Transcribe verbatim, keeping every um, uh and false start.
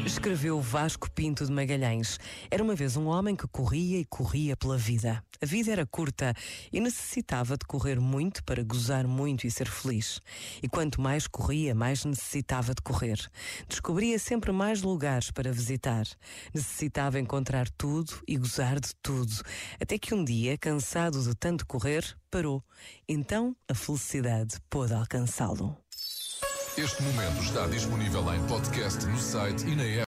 Escreveu Vasco Pinto de Magalhães. Era uma vez um homem que corria e corria pela vida. A vida era curta e necessitava de correr muito para gozar muito e ser feliz. E quanto mais corria, mais necessitava de correr. Descobria sempre mais lugares para visitar. Necessitava encontrar tudo e gozar de tudo. Até que um dia, cansado de tanto correr, parou. Então a felicidade pôde alcançá-lo. Este momento está disponível em podcast no site e na app.